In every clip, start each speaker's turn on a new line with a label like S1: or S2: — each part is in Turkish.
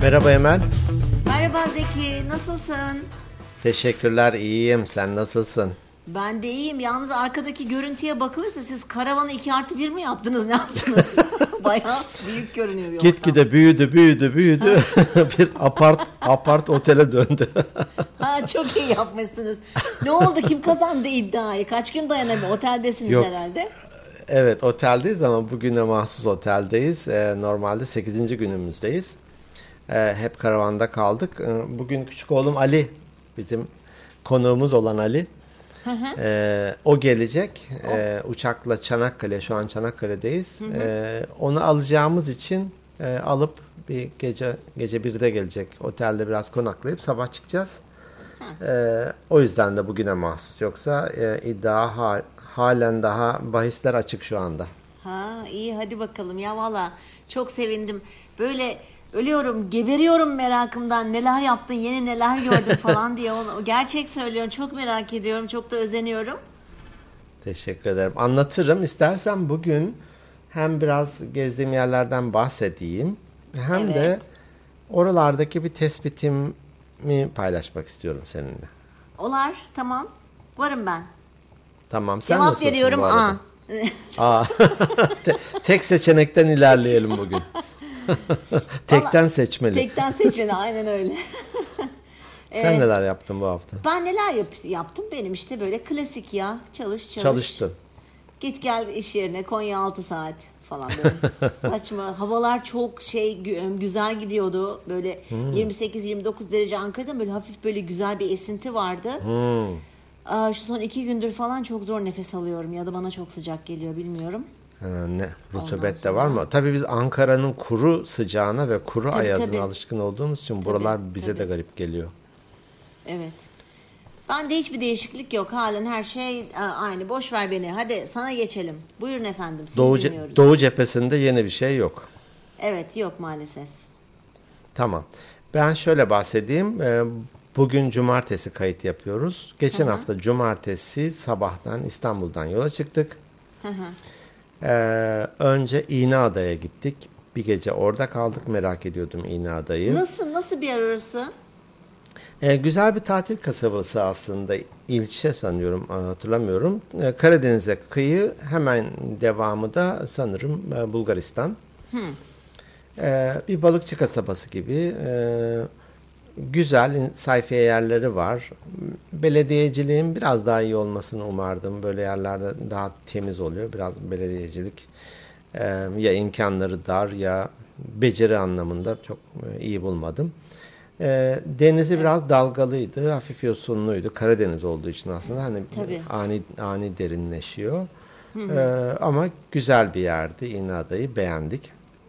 S1: Merhaba Emel.
S2: Merhaba Zeki, nasılsın?
S1: Teşekkürler, iyiyim. Sen nasılsın?
S2: Ben de iyiyim. Yalnız arkadaki görüntüye bakılırsa siz karavanı 2+1 mi yaptınız? Ne yaptınız? Bayağı büyük görünüyor bir ortam.
S1: Gitgide büyüdü. Bir apart otele döndü.
S2: Ha, çok iyi yapmışsınız. Ne oldu? Kim kazandı iddiayı? Kaç gün dayanabilir? Oteldesiniz
S1: Yok.
S2: herhalde.
S1: Evet, oteldeyiz ama bugüne mahsus oteldeyiz. Normalde 8. günümüzdeyiz. Hep karavanda kaldık. Bugün küçük oğlum Ali, bizim konuğumuz olan Ali. O gelecek. Uçakla Çanakkale, şu an Çanakkale'deyiz. Onu alacağımız için alıp bir gece 1'de gelecek. Otelde biraz konaklayıp sabah çıkacağız. O yüzden de bugüne mahsus. Yoksa iddia halen daha bahisler açık şu anda.
S2: Ha, iyi, hadi bakalım ya, valla çok sevindim. Böyle ölüyorum, geberiyorum merakımdan. Neler yaptın, yeni neler gördün falan diye. Onu gerçek söylüyorum. Çok merak ediyorum. Çok da özeniyorum.
S1: Teşekkür ederim. Anlatırım. İstersen bugün hem biraz gezdiğim yerlerden bahsedeyim, hem de
S2: Evet.
S1: oralardaki bir tespitimi paylaşmak istiyorum seninle.
S2: Olar, tamam. Varım ben.
S1: Tamam. Sen
S2: Cevap
S1: nasılsın
S2: veriyorum.
S1: bu arada? Aa. Tek seçenekten ilerleyelim bugün. Tekten seçmeli.
S2: Tekten seçmeli, aynen öyle.
S1: Sen neler yaptın bu hafta?
S2: Ben neler yaptım? Benim işte böyle klasik ya. Çalış.
S1: Çalıştın.
S2: Git gel iş yerine, Konya 6 saat falan böyle. Saçma. Havalar çok güzel gidiyordu. Böyle 28-29 derece Ankara'da, böyle hafif böyle güzel bir esinti vardı. Şu son 2 gündür falan çok zor nefes alıyorum, ya da bana çok sıcak geliyor, bilmiyorum.
S1: Rutubet de var mı? Tabii biz Ankara'nın kuru sıcağına ve kuru ayazına
S2: tabii.
S1: alışkın olduğumuz için buralar bize de garip geliyor.
S2: Evet. Bende hiçbir değişiklik yok. Halen her şey aynı. Boş ver beni. Hadi sana geçelim. Buyurun efendim. Sizi dinliyoruz.
S1: Doğu cephesinde yeni bir şey yok.
S2: Evet, yok maalesef.
S1: Tamam. Ben şöyle bahsedeyim. Bugün cumartesi kayıt yapıyoruz. Geçen hafta cumartesi sabahtan İstanbul'dan yola çıktık. Önce İğneada'ya gittik. Bir gece orada kaldık. Merak ediyordum İğneada'yı.
S2: Nasıl bir yer orası?
S1: Güzel bir tatil kasabası aslında. İlçe sanıyorum, hatırlamıyorum. Karadeniz'e kıyı, hemen devamı da sanırım Bulgaristan. Bir balıkçı kasabası gibi. Güzel sayfiye yerleri var. Belediyeciliğin biraz daha iyi olmasını umardım. Böyle yerlerde daha temiz oluyor. Biraz belediyecilik ya imkanları dar ya beceri anlamında çok iyi bulmadım. Denizi biraz dalgalıydı, hafif yosunluydu. Karadeniz olduğu için aslında hani ani derinleşiyor. Ama güzel bir yerdi. İğneada'yı beğendik.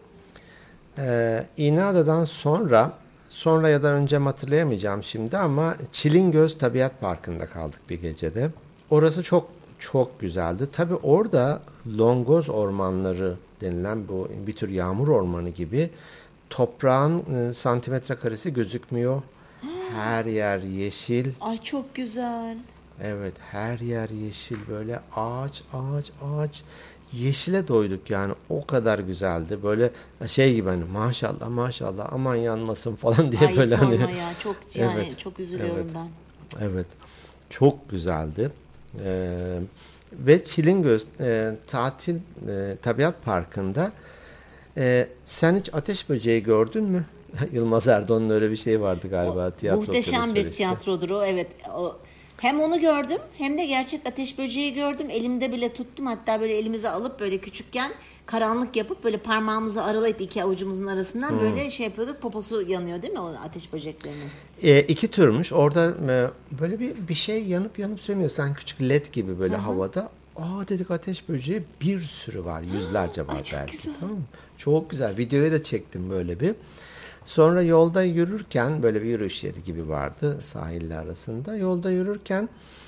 S1: İğneada'dan sonra ya da önce mi hatırlayamayacağım şimdi, ama Çilingöz Tabiat Parkı'nda kaldık bir gecede. Orası çok çok güzeldi. Tabii orada longoz ormanları denilen bu bir tür yağmur ormanı gibi, toprağın santimetre karesi gözükmüyor. Her yer yeşil.
S2: Ay, çok güzel.
S1: Evet, her yer yeşil, böyle ağaç. Yeşile doyduk yani, o kadar güzeldi. Böyle şey gibi, hani maşallah aman yanmasın falan diye.
S2: Ay,
S1: böyle
S2: sorma
S1: hani.
S2: ya, çok yani
S1: Evet,
S2: çok üzülüyorum
S1: evet.
S2: ben.
S1: Evet. Çok güzeldi. Ve Çilingöz Tabiat Parkı'nda sen hiç ateş böceği gördün mü? Yılmaz Erdoğan'ın öyle bir şey vardı galiba, tiyatro
S2: Muhteşem bir
S1: söyleşisi.
S2: tiyatrodur o, evet. Hem onu gördüm, hem de gerçek ateş böceği gördüm. Elimde bile tuttum. Hatta böyle elimize alıp, böyle küçükken karanlık yapıp böyle parmağımızı aralayıp iki avucumuzun arasından böyle şey yapıyorduk. Poposu yanıyor değil mi o ateş böceklerinin?
S1: 2 türmüş. Orada böyle bir şey yanıp sönüyor. Sanki küçük led gibi böyle havada. Dedik, ateş böceği bir sürü var. Yüzlerce var belki.
S2: güzel.
S1: Tamam mı? Çok güzel. Videoyu da çektim böyle bir. Sonra yolda yürürken, böyle bir yürüyüş yeri gibi vardı sahille arasında. Yolda yürürken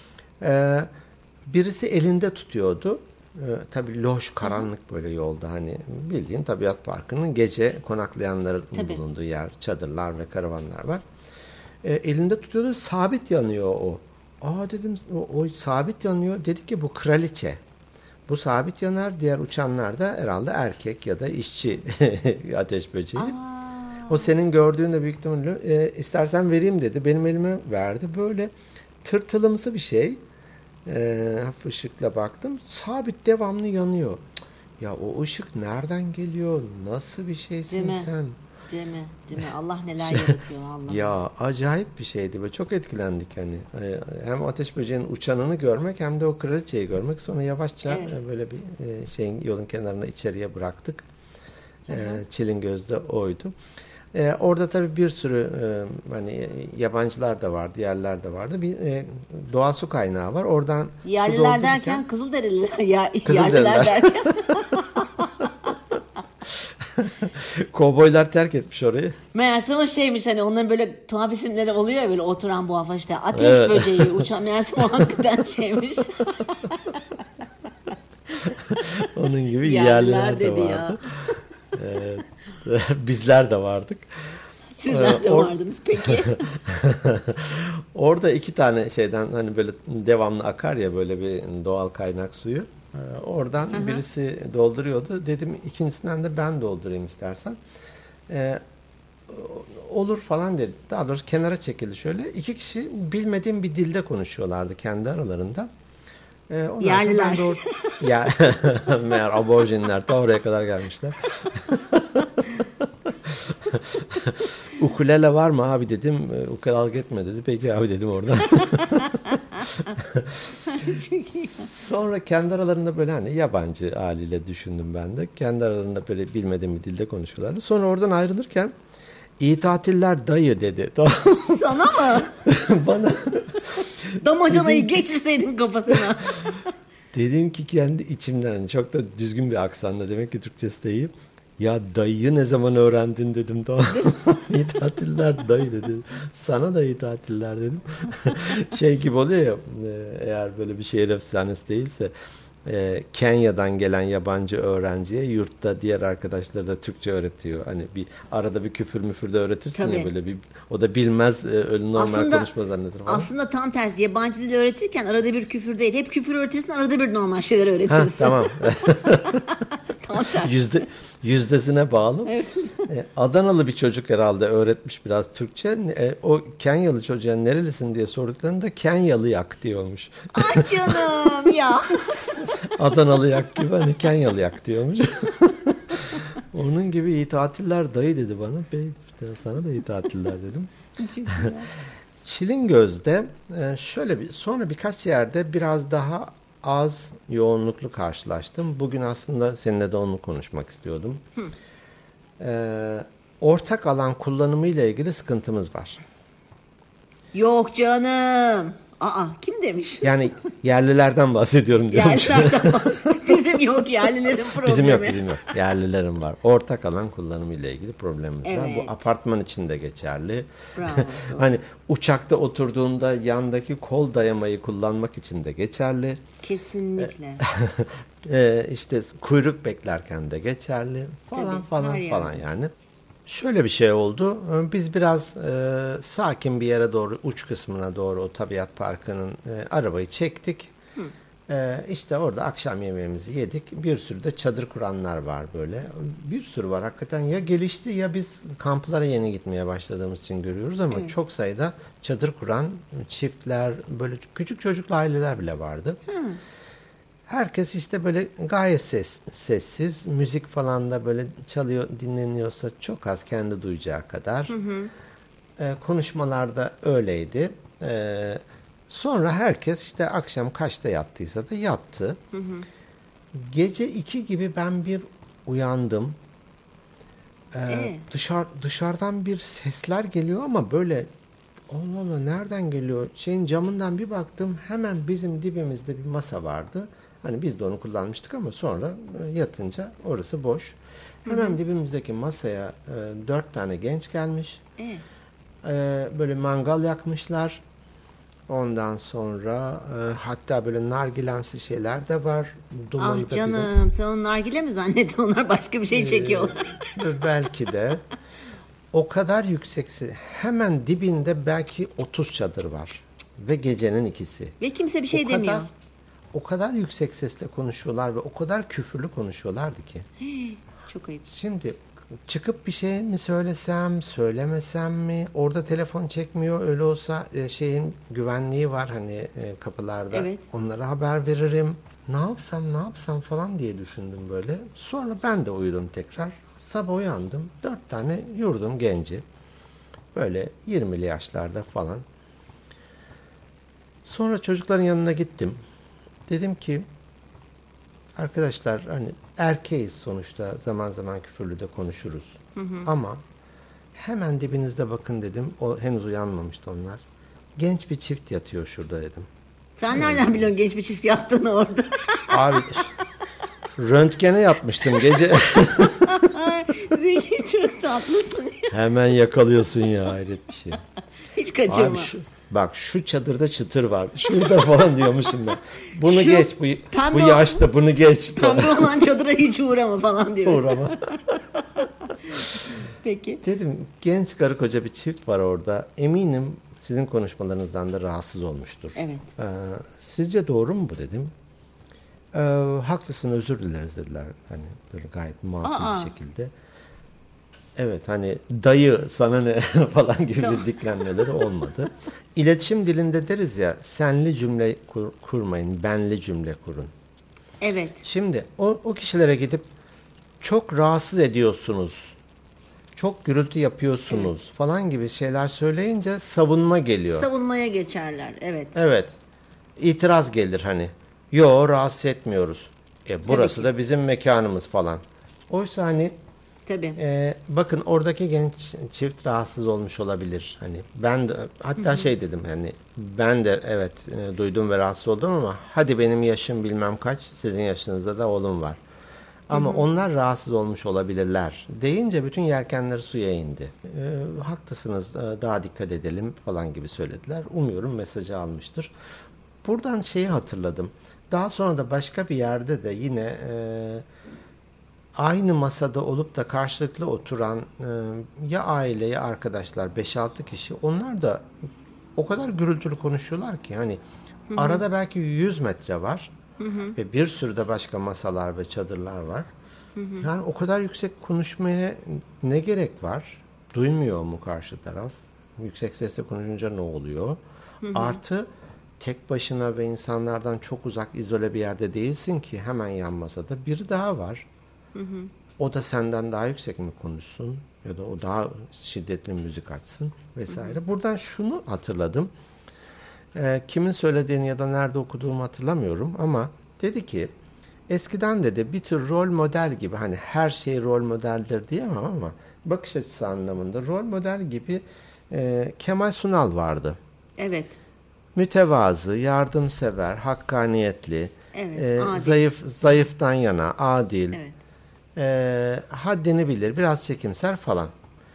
S1: birisi elinde tutuyordu. Tabii loş, karanlık böyle yolda, hani bildiğin tabiat parkının gece konaklayanların bulunduğu yer, çadırlar ve karavanlar var. Elinde tutuyordu, sabit yanıyor o. Dedim, o sabit yanıyor. Dedik ki bu kraliçe. Bu sabit yanar, diğer uçanlar da herhalde erkek ya da işçi ateş böceği. O senin gördüğün de büyük ihtimalle istersen vereyim dedi. Benim elime verdi. Böyle tırtılımsı bir şey. Hafif ışıkla baktım. Sabit devamlı yanıyor. Ya o ışık nereden geliyor? Nasıl bir şeysin
S2: Değil mi?
S1: sen?
S2: Değil mi? Değil mi? Allah neler yaratıyor Allah.
S1: Ya acayip bir şeydi. Böyle çok etkilendik hani. Hem ateş böceğinin uçanını görmek hem de o kraliçeyi görmek. Sonra yavaşça böyle bir şeyin yolun kenarına içeriye bıraktık. Çilingöz'de oydu. Orada tabii bir sürü hani yabancılar da vardı, yerliler de vardı. Bir doğal su kaynağı var. Oradan
S2: Yerliler derken Kızılderililer. Yerliler
S1: Kızılderililer
S2: derken.
S1: kovboylar terk etmiş orayı.
S2: Meğerse o şeymiş hani onların böyle tuhaf isimleri oluyor ya böyle oturan bu hafta işte ateş böceği uçan meğerse o hakikaten şeymiş.
S1: Onun gibi
S2: Yerliler
S1: yerliler de
S2: dedi
S1: vardı. Bizler de vardık.
S2: Sizler de vardınız peki.
S1: Orada iki tane şeyden hani böyle devamlı akar ya böyle bir doğal kaynak suyu. Oradan birisi dolduruyordu. Dedim ikincisinden de ben doldurayım istersen. Olur falan dedi. Daha doğrusu kenara çekildi şöyle. İki kişi bilmediğim bir dilde konuşuyorlardı kendi aralarında.
S2: Yerliler.
S1: Meğer aborjinler ta oraya kadar gelmişler. Ukulele var mı abi dedim. Ukulalık etme dedi. Peki abi dedim oradan. Sonra kendi aralarında böyle hani yabancı haliyle düşündüm ben de. Kendi aralarında böyle bilmediğim bir dilde konuşuyorlardı. Sonra oradan ayrılırken iyi tatiller dayı dedi.
S2: Sana mı?
S1: Bana.
S2: Damacanayı geçirseydin kafasına.
S1: Dedim ki kendi içimden hani çok da düzgün bir aksanla demek ki Türkçesi de iyi. Ya dayıyı ne zaman öğrendin dedim. Tamam. İyi tatiller dayı dedi. Sana da iyi tatiller dedim. Şey gibi oluyor ya eğer böyle bir şehir efsanesi değilse Kenya'dan gelen yabancı öğrenciye yurtta diğer arkadaşları da Türkçe öğretiyor. Hani bir arada bir küfür müfür de öğretirsin. Tabii. Ya böyle bir o da bilmez normal konuşma zanneder falan.
S2: Aslında tam tersi yabancı dil öğretirken arada bir küfür değil. Hep küfür öğretirsin arada bir normal şeyler öğretirsin.
S1: Tamam.
S2: Tam tersi.
S1: Yüzdesine bağlı.
S2: Evet.
S1: Adanalı bir çocuk herhalde öğretmiş biraz Türkçe. O Kenyalı çocuğa nerelisin diye sorduklarında Kenyalı yak diyormuş.
S2: Ay canım ya.
S1: Adanalı yak gibi hani Kenyalı yak diyormuş. Onun gibi iyi tatiller dayı dedi bana. Sana da iyi tatiller dedim. Çilingöz'de şöyle sonra birkaç yerde biraz daha az yoğunluklu karşılaştım. Bugün aslında seninle de onu konuşmak istiyordum. Ortak alan kullanımı ile ilgili sıkıntımız var.
S2: Yok canım. Kim demiş?
S1: Yani yerlilerden bahsediyorum diyorum.
S2: Yerlilerden Bizim yok yerlilerin problemi.
S1: Bizim yok. Yerlilerin var. Ortak alan kullanımı ile ilgili problemimiz var. Bu apartman için de geçerli.
S2: Bravo.
S1: Hani uçakta oturduğunda yandaki kol dayamayı kullanmak için de geçerli.
S2: Kesinlikle.
S1: İşte kuyruk beklerken de geçerli falan yani. Şöyle bir şey oldu. Biz biraz sakin bir yere doğru, uç kısmına doğru o tabiat parkının arabayı çektik. İşte orada akşam yemeğimizi yedik. Bir sürü de çadır kuranlar var böyle. Bir sürü var hakikaten. Ya gelişti ya biz kamplara yeni gitmeye başladığımız için görüyoruz ama çok sayıda çadır kuran çiftler, böyle küçük çocuklu aileler bile vardı. Herkes işte böyle gayet sessiz. Müzik falan da böyle çalıyor, dinleniyorsa çok az kendi duyacağı kadar. Konuşmalar da öyleydi. Sonra herkes işte akşam kaçta yattıysa da yattı. Gece 2 gibi ben bir uyandım. Dışarıdan bir sesler geliyor ama böyle Allah Allah nereden geliyor? Şeyin camından bir baktım hemen bizim dibimizde bir masa vardı. Hani biz de onu kullanmıştık ama sonra yatınca orası boş. Hemen dibimizdeki masaya 4 tane genç gelmiş. Böyle mangal yakmışlar. Ondan sonra hatta böyle nargilemsi şeyler de var.
S2: Dumayı canım sen onu nargile mi zannettin? Onlar başka bir şey çekiyorlar.
S1: Belki de. O kadar yükseksi. Hemen dibinde belki 30 çadır var. Ve gecenin 2'si.
S2: Ve kimse bir şey demiyor.
S1: O kadar yüksek sesle konuşuyorlar ve o kadar küfürlü konuşuyorlardı ki.
S2: Çok ayıp.
S1: Şimdi çıkıp bir şey mi söylesem, söylemesem mi? Orada telefon çekmiyor. Öyle olsa şeyin güvenliği var hani kapılarda.
S2: Evet.
S1: Onlara haber veririm. Ne yapsam falan diye düşündüm böyle. Sonra ben de uyudum tekrar. Sabah uyandım. 4 tane yurdum genci. Böyle 20'li yaşlarda falan. Sonra çocukların yanına gittim. Dedim ki arkadaşlar hani erkeğiz sonuçta, zaman zaman küfürlü de konuşuruz. Ama hemen dibinizde bakın dedim. O henüz uyanmamıştı onlar. Genç bir çift yatıyor şurada dedim.
S2: Sen nereden biliyorsun genç bir çift yattığını orada?
S1: Abi röntgene yatmıştım gece.
S2: Zeki çok tatlısın.
S1: Hemen yakalıyorsun ya, hayret bir şey.
S2: Hiç kaçırma.
S1: Abi bak şu çadırda çıtır var. Şurada falan diyormuşum ben. Bunu
S2: Şu
S1: geç. Bu yaşta bunu geç.
S2: Pembe olan çadıra hiç uğrama falan diyor.
S1: Uğrama.
S2: Peki.
S1: Dedim genç karı koca bir çift var orada. Eminim sizin konuşmalarınızdan da rahatsız olmuştur.
S2: Evet.
S1: Sizce doğru mu bu dedim. Haklısın, özür dileriz dediler. Hani böyle gayet makul bir şekilde. Evet, hani dayı sana ne falan gibi bir diklenmeleri olmadı. İletişim dilinde deriz ya, senli cümle kurmayın, benli cümle kurun.
S2: Evet.
S1: Şimdi o kişilere gidip çok rahatsız ediyorsunuz, çok gürültü yapıyorsunuz falan gibi şeyler söyleyince savunma geliyor.
S2: Savunmaya geçerler, evet.
S1: Evet. İtiraz gelir hani. Yo, rahatsız etmiyoruz. Burası da bizim mekanımız falan. Oysa hani
S2: tabii.
S1: Bakın oradaki genç çift rahatsız olmuş olabilir. Hani ben de hatta şey dedim, yani ben de evet duydum ve rahatsız oldum ama hadi benim yaşım bilmem kaç, sizin yaşınızda da oğlum var. Ama onlar rahatsız olmuş olabilirler deyince bütün yelkenleri suya indi. Haklısınız, daha dikkat edelim falan gibi söylediler. Umuyorum mesajı almıştır. Buradan şeyi hatırladım. Daha sonra da başka bir yerde de yine aynı masada olup da karşılıklı oturan ya aile ya arkadaşlar 5-6 kişi, onlar da o kadar gürültülü konuşuyorlar ki hani arada belki 100 metre var ve bir sürü de başka masalar ve çadırlar var. Yani o kadar yüksek konuşmaya ne gerek var? Duymuyor mu karşı taraf? Yüksek sesle konuşunca ne oluyor? Artı tek başına ve insanlardan çok uzak, izole bir yerde değilsin ki, hemen yan masada biri daha var. O da senden daha yüksek mi konuşsun ya da o daha şiddetli müzik açsın vesaire. Buradan şunu hatırladım. Kimin söylediğini ya da nerede okuduğumu hatırlamıyorum ama dedi ki eskiden dedi bir tür rol model gibi, hani her şey rol modeldir diyemem ama bakış açısı anlamında rol model gibi Kemal Sunal vardı.
S2: Evet.
S1: Mütevazı, yardımsever, hakkaniyetli,
S2: evet,
S1: zayıftan yana, adil.
S2: Evet.
S1: Haddini bilir, biraz çekimser falan.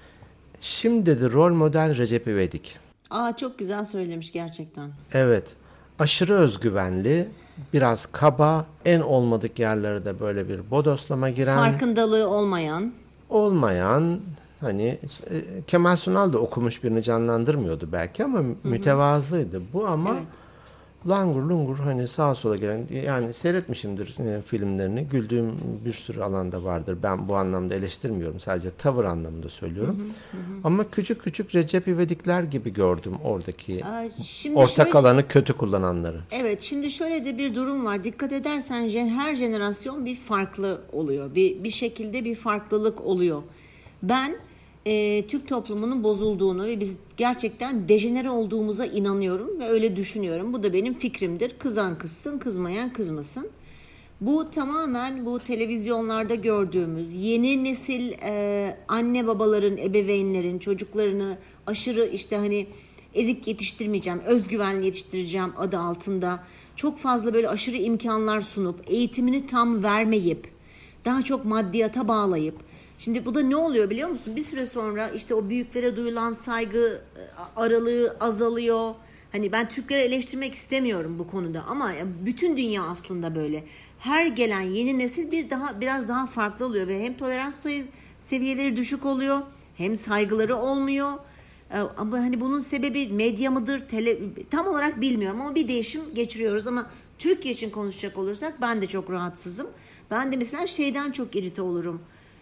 S1: Şimdi de rol model Recep İvedik.
S2: Çok güzel söylemiş gerçekten.
S1: Evet. Aşırı özgüvenli, biraz kaba, en olmadık yerlere de böyle bir bodoslama giren.
S2: Farkındalığı olmayan.
S1: Hani Kemal Sunal da okumuş birini canlandırmıyordu belki ama mütevazıydı. Bu ama
S2: evet,
S1: langur lungur hani sağa sola gelen, yani seyretmişimdir filmlerini. Güldüğüm bir sürü alanda vardır. Ben bu anlamda eleştirmiyorum. Sadece tavır anlamında söylüyorum. Ama küçük küçük Recep İvedikler gibi gördüm oradaki ortak alanı kötü kullananları.
S2: Evet, şimdi şöyle de bir durum var. Dikkat edersen her jenerasyon bir farklı oluyor. Bir şekilde bir farklılık oluyor. Ben Türk toplumunun bozulduğunu ve biz gerçekten dejenere olduğumuza inanıyorum ve öyle düşünüyorum. Bu da benim fikrimdir. Kızan kızsın, kızmayan kızmasın. Bu tamamen bu televizyonlarda gördüğümüz yeni nesil anne babaların, ebeveynlerin çocuklarını aşırı işte hani ezik yetiştirmeyeceğim, özgüvenli yetiştireceğim adı altında çok fazla böyle aşırı imkanlar sunup eğitimini tam vermeyip daha çok maddiyata bağlayıp, şimdi bu da ne oluyor biliyor musun? Bir süre sonra işte o büyüklere duyulan saygı aralığı azalıyor. Hani ben Türkleri eleştirmek istemiyorum bu konuda ama bütün dünya aslında böyle. Her gelen yeni nesil biraz daha farklı oluyor ve hem tolerans seviyeleri düşük oluyor, hem saygıları olmuyor. Ama hani bunun sebebi medya mıdır? Tam olarak bilmiyorum ama bir değişim geçiriyoruz ama Türkiye için konuşacak olursak ben de çok rahatsızım. Ben de mesela şeyden çok irite olurum.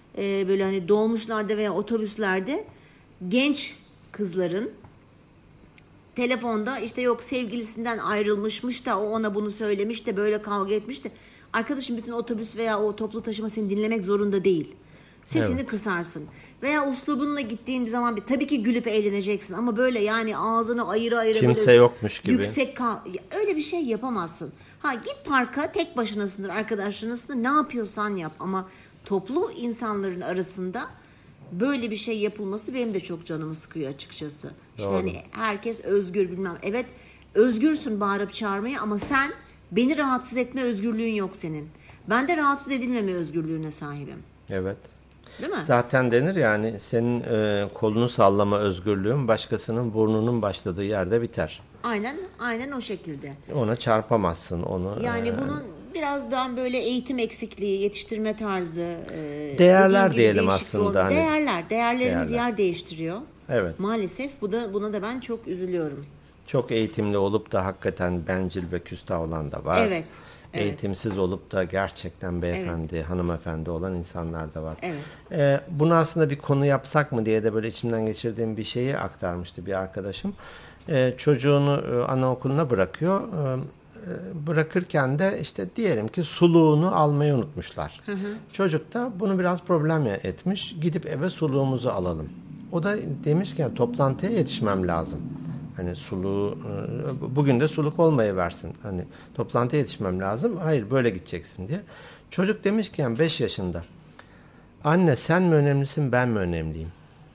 S2: böyle hani dolmuşlarda veya otobüslerde genç kızların telefonda işte yok sevgilisinden ayrılmışmış da o ona bunu söylemiş de böyle kavga etmiş de arkadaşım bütün otobüs veya o toplu taşıma seni dinlemek zorunda değil. Sesini kısarsın. Veya uslubunla gittiğin bir zaman tabii ki gülüp eğleneceksin ama böyle yani ağzını ayıra
S1: kimse
S2: böyle
S1: yokmuş gibi.
S2: Öyle bir şey yapamazsın. Ha git parka tek başınasındır, arkadaşlarınızla ne yapıyorsan yap ama toplu insanların arasında böyle bir şey yapılması benim de çok canımı sıkıyor açıkçası. İşte hani herkes özgür bilmem. Evet özgürsün bağırıp çağırmaya ama sen beni rahatsız etme özgürlüğün yok senin. Ben de rahatsız edilmeme özgürlüğüne sahibim.
S1: Evet.
S2: Değil mi?
S1: Zaten denir yani senin kolunu sallama özgürlüğün başkasının burnunun başladığı yerde biter.
S2: Aynen o şekilde.
S1: Ona çarpamazsın onu.
S2: Yani bunun biraz ben böyle eğitim eksikliği, yetiştirme tarzı,
S1: değerler diyelim aslında. Hani.
S2: Değerlerimiz yer değiştiriyor.
S1: Evet.
S2: Maalesef buna da ben çok üzülüyorum.
S1: Çok eğitimli olup da hakikaten bencil ve küstah olan da var.
S2: Evet.
S1: Eğitimsiz olup da gerçekten beyefendi, hanımefendi olan insanlar da var.
S2: Evet.
S1: Bunu aslında bir konu yapsak mı diye de böyle içimden geçirdiğim bir şeyi aktarmıştı bir arkadaşım. Çocuğunu anaokuluna bırakıyor. Bırakırken de işte diyelim ki suluğunu almayı unutmuşlar. Çocuk da bunu biraz problem etmiş. Gidip eve suluğumuzu alalım. O da demiş ki toplantıya yetişmem lazım. Hani suluğu bugün de suluk olmayıversin. Hani toplantıya yetişmem lazım. Hayır böyle gideceksin diye. Çocuk demiş ki 5 yaşında. Anne sen mi önemlisin ben mi önemliyim?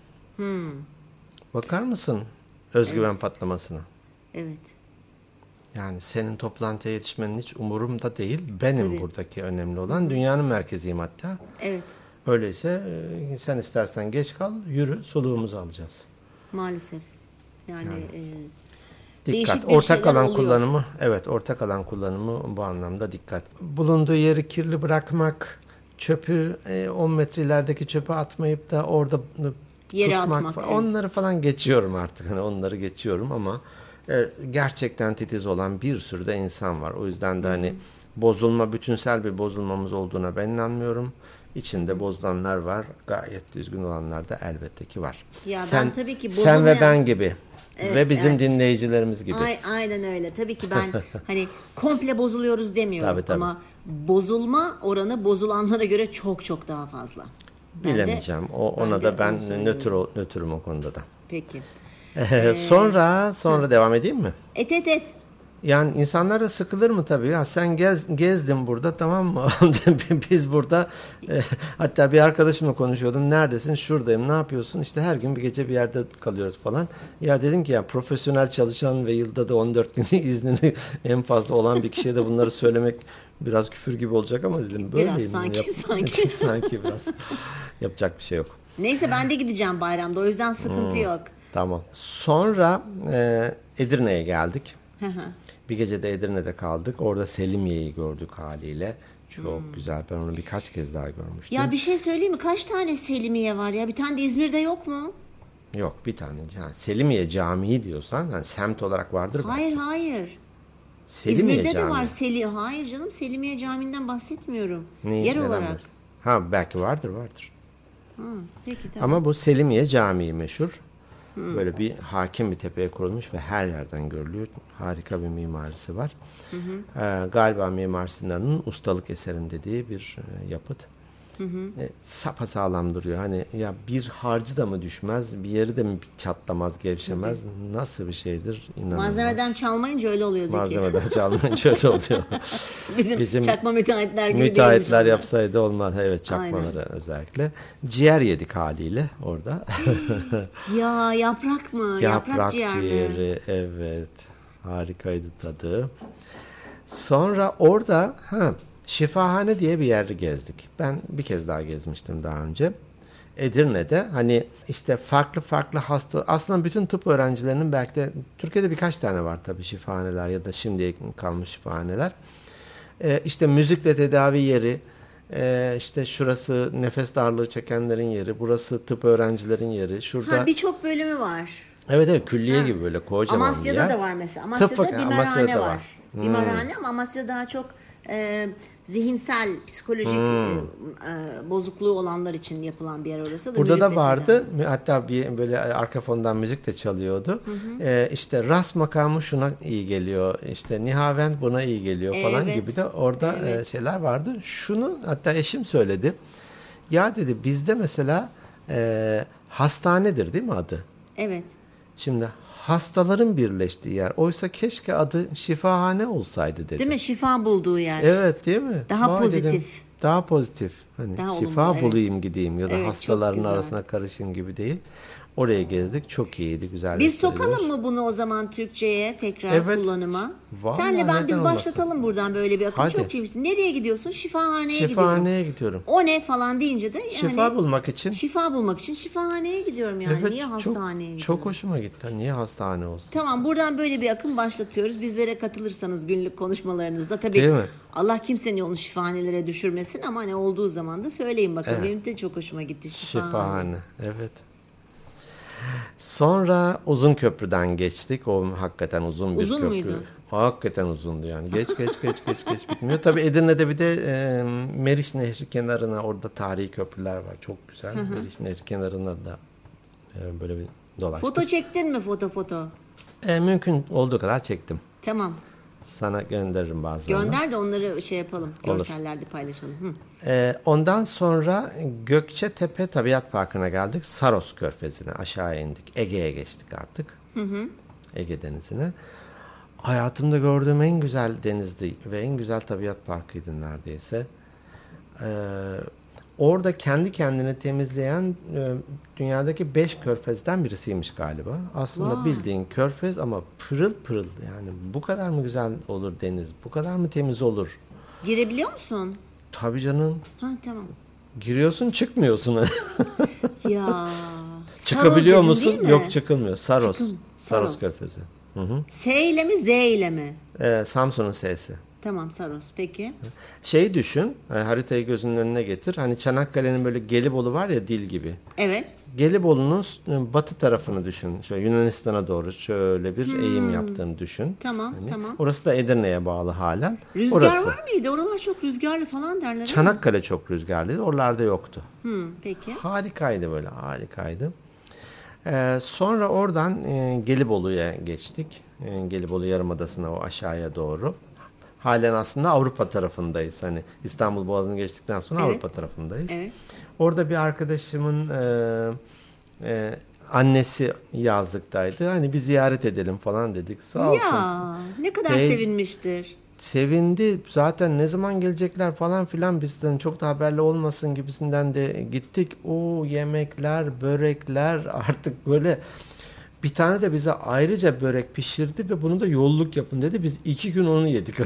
S1: Bakar mısın özgüven patlamasına?
S2: Evet.
S1: Yani senin toplantıya yetişmenin hiç umurumda değil. Benim buradaki önemli olan. Dünyanın merkeziyim hatta.
S2: Evet.
S1: Öyleyse sen istersen geç kal, yürü, soluğumuzu alacağız.
S2: Maalesef. Yani
S1: dikkat. Ortak alan kullanımı, ortak alan kullanımı bu anlamda dikkat. Bulunduğu yeri kirli bırakmak, çöpü 10 metrelerdeki çöpü atmayıp da orada
S2: yere
S1: tutmak falan. Onları falan geçiyorum artık. Hani onları geçiyorum ama gerçekten titiz olan bir sürü de insan var. O yüzden de hani bozulma, bütünsel bir bozulmamız olduğuna ben inanmıyorum. İçinde bozulanlar var. Gayet düzgün olanlar da elbette ki var.
S2: Ya ben tabii ki
S1: sen ve ben gibi. Ve bizim dinleyicilerimiz gibi.
S2: Aynen öyle. Tabii ki ben hani komple bozuluyoruz demiyorum
S1: tabii.
S2: Ama bozulma oranı bozulanlara göre çok çok daha fazla.
S1: Bilemeyeceğim. Ona da ben nötrüm o konuda da.
S2: Peki.
S1: Sonra devam edeyim mi?
S2: Et.
S1: Yani insanlar da sıkılır mı tabii? Ya sen gezdin burada tamam mı? Biz burada hatta bir arkadaşımla konuşuyordum. Neredesin? Şuradayım. Ne yapıyorsun? İşte her gün bir gece bir yerde kalıyoruz falan. Ya dedim ki ya profesyonel çalışan ve yılda da 14 gün iznini en fazla olan bir kişiye de bunları söylemek biraz küfür gibi olacak ama dedim böyleyim.
S2: Biraz sanki.
S1: Sanki biraz. Yapacak bir şey yok.
S2: Neyse ben de gideceğim bayramda. O yüzden sıkıntı yok.
S1: Tamam. Sonra Edirne'ye geldik. Bir gece de Edirne'de kaldık. Orada Selimiye'yi gördük haliyle. Çok güzel. Ben onu birkaç kez daha görmüştüm.
S2: Ya bir şey söyleyeyim mi? Kaç tane Selimiye var ya? Bir tane de İzmir'de yok mu?
S1: Yok bir tane. Yani Selimiye Camii diyorsan hani semt olarak vardır.
S2: Hayır.
S1: Selimiye
S2: İzmir'de
S1: Camii.
S2: de var Hayır canım Selimiye Camii'nden bahsetmiyorum.
S1: Yer
S2: olarak.
S1: Belki vardır.
S2: Peki tamam.
S1: Ama bu Selimiye Camii meşhur. Böyle bir hakim bir tepeye kurulmuş ve her yerden görülüyor. Harika bir mimarisi var. Galiba Mimar Sinan'ın ustalık eserim dediği bir yapıt. Sapasağlam duruyor. Hani ya bir harcı da mı düşmez, bir yeri de mi çatlamaz, gevşemez? Nasıl bir şeydir? İnanılmaz.
S2: Malzemeden çalmayınca öyle oluyor Zeki.
S1: Malzemeden çalmayınca öyle oluyor.
S2: Bizim çakma müteahhitler gibi
S1: müteahhitler yapsaydı olmaz. Evet çakmaları özellikle. Ciğer yedik haliyle orada.
S2: Ya yaprak mı?
S1: Yaprak
S2: ciğeri
S1: mi? Evet. Harikaydı tadı. Sonra orada Şifahane diye bir yeri gezdik. Ben bir kez daha gezmiştim daha önce. Edirne'de hani işte farklı hasta aslında bütün tıp öğrencilerinin belki de Türkiye'de birkaç tane var tabii şifahaneler ya da şimdiye kalmış şifahaneler. İşte müzikle tedavi yeri, işte şurası nefes darlığı çekenlerin yeri, burası tıp öğrencilerin yeri. Şurada
S2: birçok bölümü var.
S1: Evet külliye gibi böyle kocaman
S2: Amasya'da
S1: bir yer.
S2: da var mesela. Amasya'da bimarhane var. Bimarhane ama Amasya'da daha çok zihinsel, psikolojik bozukluğu olanlar için yapılan bir yer orası.
S1: Burada da vardı. Hatta bir böyle arka fondan müzik de çalıyordu. İşte ras makamı şuna iyi geliyor. İşte Nihavend buna iyi geliyor falan gibi de orada şeyler vardı. Şunu hatta eşim söyledi. Ya dedi bizde mesela hastanedir değil mi adı?
S2: Evet.
S1: Şimdi hastaların birleştiği yer. Oysa keşke adı şifahane olsaydı dedi.
S2: Değil mi? Şifa bulduğu yer.
S1: Evet değil mi?
S2: Daha pozitif.
S1: Dedim, daha pozitif. Hani
S2: daha
S1: şifa
S2: olumlu,
S1: bulayım gideyim ya da
S2: evet,
S1: hastaların arasına karışın gibi değil. Oraya gezdik. Çok iyiydi. Güzel.
S2: Biz sokalım mı bunu o zaman Türkçe'ye tekrar kullanıma?
S1: Vallahi
S2: Senle biz başlatalım buradan böyle bir akım.
S1: Hadi.
S2: Çok iyiymiş. Nereye gidiyorsun? Şifahaneye
S1: gidiyorum.
S2: O ne falan deyince de yani
S1: şifa bulmak için.
S2: Şifa bulmak için şifahaneye gidiyorum yani.
S1: Evet,
S2: niye hastaneye gidiyorum?
S1: Çok hoşuma gitti. Niye hastane olsun?
S2: Tamam, buradan böyle bir akım başlatıyoruz. Bizlere katılırsanız günlük konuşmalarınızda tabii.
S1: Değil mi?
S2: Allah kimsenin yolunu şifahanelere düşürmesin ama ne olduğu zaman da söyleyin bakalım. Evet. Benim de çok hoşuma gitti
S1: şifahane. Evet. Sonra Uzunköprü'den geçtik. O hakikaten uzun bir köprü.
S2: Muydu?
S1: O hakikaten uzundu yani. Geç bitmiyor. Tabii Edirne'de bir de Meriç Nehri kenarına orada tarihi köprüler var. Çok güzel. Meriç Nehri kenarına da böyle bir dolaştık.
S2: Foto çektin mi? Foto?
S1: Mümkün olduğu kadar çektim.
S2: Tamam.
S1: Sana gönderirim bazılarını.
S2: Gönder de onları şey yapalım. Görsellerde paylaşalım.
S1: Ondan sonra Gökçetepe Tabiat Parkı'na geldik. Saros Körfezi'ne aşağıya indik. Ege'ye geçtik artık. Ege Denizi'ne. Hayatımda gördüğüm en güzel denizdi ve en güzel tabiat parkıydı neredeyse. Orada kendi kendini temizleyen dünyadaki 5 körfezden birisiymiş galiba. Aslında bildiğin körfez ama pırıl pırıl. Yani bu kadar mı güzel olur deniz? Bu kadar mı temiz olur?
S2: Girebiliyor musun?
S1: Tabii canım.
S2: Ha tamam.
S1: Giriyorsun çıkmıyorsun.
S2: Ya.
S1: Çıkabiliyor musun? Yok çıkılmıyor. Saros Körfezi.
S2: S ile mi Z ile mi?
S1: Samsun'un S'si.
S2: Tamam Saros. Peki.
S1: Şeyi düşün. Haritayı gözünün önüne getir. Hani Çanakkale'nin böyle Gelibolu var ya dil gibi.
S2: Evet.
S1: Gelibolu'nun batı tarafını düşün. Şöyle Yunanistan'a doğru şöyle bir eğim yaptığını düşün.
S2: Tamam.
S1: Orası da Edirne'ye bağlı halen.
S2: Rüzgar var mıydı? Oralar çok rüzgarlı falan derler.
S1: Çanakkale çok rüzgarlıydı. Oralarda yoktu.
S2: Peki.
S1: Harikaydı böyle. Harikaydı. Sonra oradan Gelibolu'ya geçtik. Gelibolu Yarımadası'na o aşağıya doğru. Halen aslında Avrupa tarafındayız. Hani İstanbul Boğazı'nı geçtikten sonra Avrupa tarafındayız.
S2: Evet.
S1: Orada bir arkadaşımın annesi yazlıktaydı. Hani bir ziyaret edelim falan dedik. Sağ olsun.
S2: Ya ne kadar sevinmiştir.
S1: Sevindi. Zaten ne zaman gelecekler falan filan bizden çok da haberli olmasın gibisinden de gittik. O yemekler, börekler artık böyle bir tane de bize ayrıca börek pişirdi ve bunu da yolluk yapın dedi. Biz 2 gün onu yedik.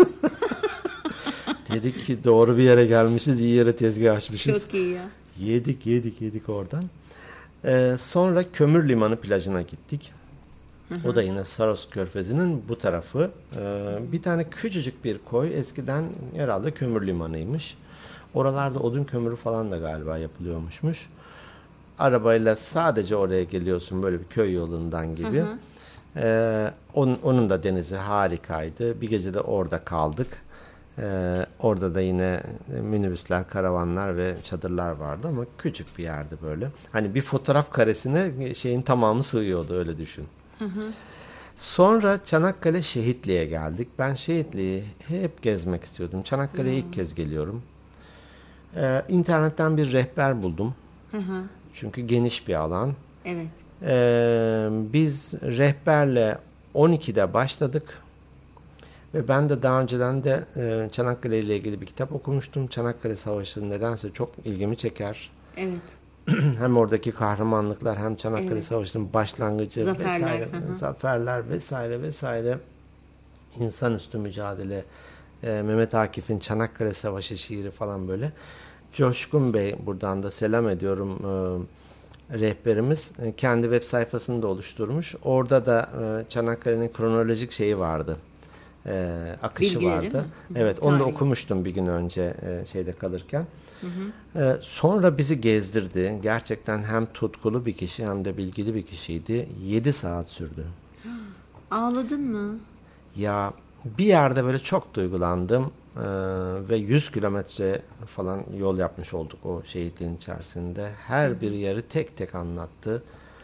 S1: Dedik ki doğru bir yere gelmişiz, iyi yere tezgah açmışız.
S2: Çok iyi ya.
S1: Yedik oradan. Sonra Kömür Limanı plajına gittik. O da yine Saros Körfezi'nin bu tarafı. Bir tane küçücük bir koy. Eskiden herhalde kömür limanıymış. Oralarda odun kömürü falan da galiba yapılıyormuşmuş. Arabayla sadece oraya geliyorsun böyle bir köy yolundan gibi. Onun da denizi harikaydı. Bir gece de orada kaldık. Orada da yine minibüsler, karavanlar ve çadırlar vardı ama küçük bir yerdi böyle. Hani bir fotoğraf karesine şeyin tamamı sığıyordu öyle düşün. Sonra Çanakkale Şehitli'ye geldik. Ben Şehitli'yi hep gezmek istiyordum. Çanakkale'ye ilk kez geliyorum. İnternetten bir rehber buldum. Çünkü geniş bir alan.
S2: Evet.
S1: Biz rehberle 12'de başladık. Ve ben de daha önceden de Çanakkale ile ilgili bir kitap okumuştum. Çanakkale Savaşı nedense çok ilgimi çeker.
S2: Evet.
S1: Hem oradaki kahramanlıklar hem Çanakkale Savaşı'nın başlangıcı zaferler vesaire. İnsanüstü mücadele, Mehmet Akif'in Çanakkale Savaşı şiiri falan böyle. Coşkun Bey, buradan da selam ediyorum, rehberimiz kendi web sayfasını da oluşturmuş. Orada da Çanakkale'nin kronolojik şeyi vardı. Akışı
S2: bilgileri
S1: vardı.
S2: Mi?
S1: Evet, onu da okumuştum bir gün önce şeyde kalırken. Sonra bizi gezdirdi. Gerçekten hem tutkulu bir kişi hem de bilgili bir kişiydi. 7 saat sürdü.
S2: Ağladın mı?
S1: Ya bir yerde böyle çok duygulandım. ve 100 kilometre falan yol yapmış olduk o şehitliğin içerisinde. Her bir yeri tek tek anlattı.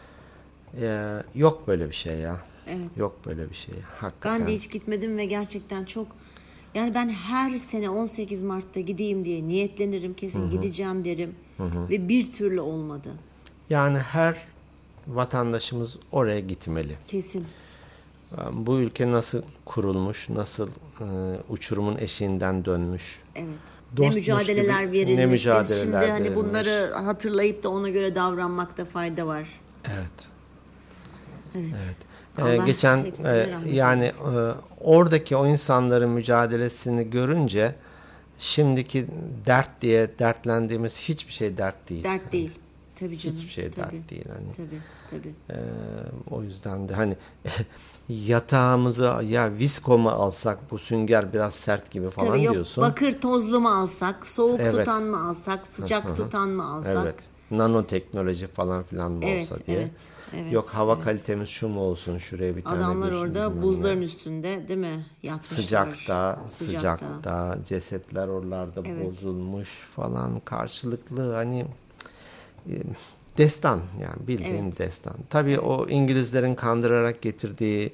S1: Yok böyle bir şey ya.
S2: Evet.
S1: Yok böyle bir şey. Hakikaten.
S2: Ben de hiç gitmedim ve gerçekten çok, yani ben her sene 18 Mart'ta gideyim diye niyetlenirim, kesin gideceğim derim. Ve bir türlü olmadı.
S1: Yani her vatandaşımız oraya gitmeli.
S2: Kesin.
S1: Bu ülke nasıl kurulmuş, nasıl uçurumun eşiğinden dönmüş.
S2: Evet.
S1: Dost
S2: Ne mücadeleler
S1: gibi,
S2: verilmiş.
S1: ne
S2: Biz
S1: mücadeleler
S2: şimdi hani
S1: verilmiş.
S2: bunları hatırlayıp da ona göre davranmakta fayda var.
S1: Evet.
S2: Evet.
S1: Geçen
S2: hepsine rahmet
S1: yani
S2: eylesin.
S1: oradaki o insanların mücadelesini görünce şimdiki dert diye dertlendiğimiz hiçbir şey dert değil.
S2: Dert değil. Tabii canım.
S1: Hiçbir şey dert değil. Hani.
S2: Tabii.
S1: O yüzden de hani yatağımızı ya visko mu alsak, bu sünger biraz sert gibi falan
S2: Tabii, yok,
S1: diyorsun.
S2: bakır tozlu mu alsak, soğuk
S1: Evet.
S2: tutan mı alsak, sıcak tutan mı alsak?
S1: Evet. Nanoteknoloji falan filan mı
S2: Evet,
S1: olsa diye.
S2: evet,
S1: Yok hava kalitemiz şu mu olsun, şuraya bir tane
S2: Adamlar
S1: bir
S2: orada
S1: bilmem
S2: buzların
S1: ne.
S2: üstünde değil mi? Yatmışlar.
S1: Sıcakta, cesetler oralarda bozulmuş falan, karşılıklı hani destan, yani bildiğin destan. Tabii o İngilizlerin kandırarak getirdiği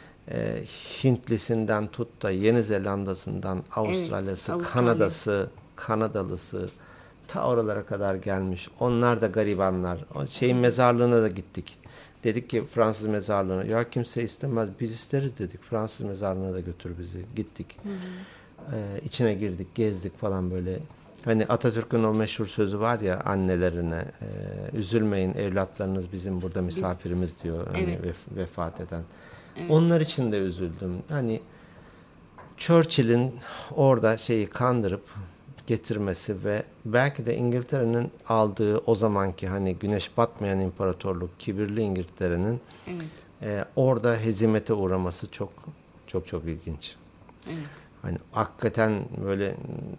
S1: Hintlisinden tut da Yeni Zelanda'sından Avustralya'sı,
S2: Avustralya.
S1: Kanadalısı ta oralara kadar gelmiş. Onlar da garibanlar. O şeyin mezarlığına da gittik. Dedik ki Fransız mezarlığına, ya kimse istemez, biz isteriz dedik. Fransız mezarlığına da götür bizi. Gittik. İçine girdik, gezdik falan böyle. Hani Atatürk'ün o meşhur sözü var ya annelerine, üzülmeyin evlatlarınız bizim burada misafirimiz diyor. Hani vefat eden. Evet. Onlar için de üzüldüm. Hani Churchill'in orada şeyi kandırıp getirmesi ve belki de İngiltere'nin aldığı o zamanki hani güneş batmayan imparatorluk, kibirli İngiltere'nin orada hezimete uğraması çok çok çok ilginç.
S2: Evet.
S1: Hani hakikaten böyle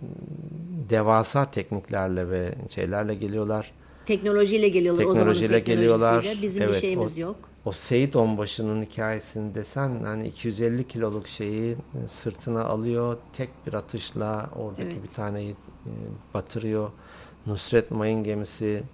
S1: devasa tekniklerle ve şeylerle geliyorlar.
S2: Teknolojiyle geliyorlar. O zamanın teknolojisiyle. Bizim bir şeyimiz yok.
S1: O Seyit Onbaşı'nın hikayesini desen hani 250 kiloluk şeyi sırtına alıyor. Tek bir atışla oradaki bir taneyi batırıyor. Nusret Mayın gemisi.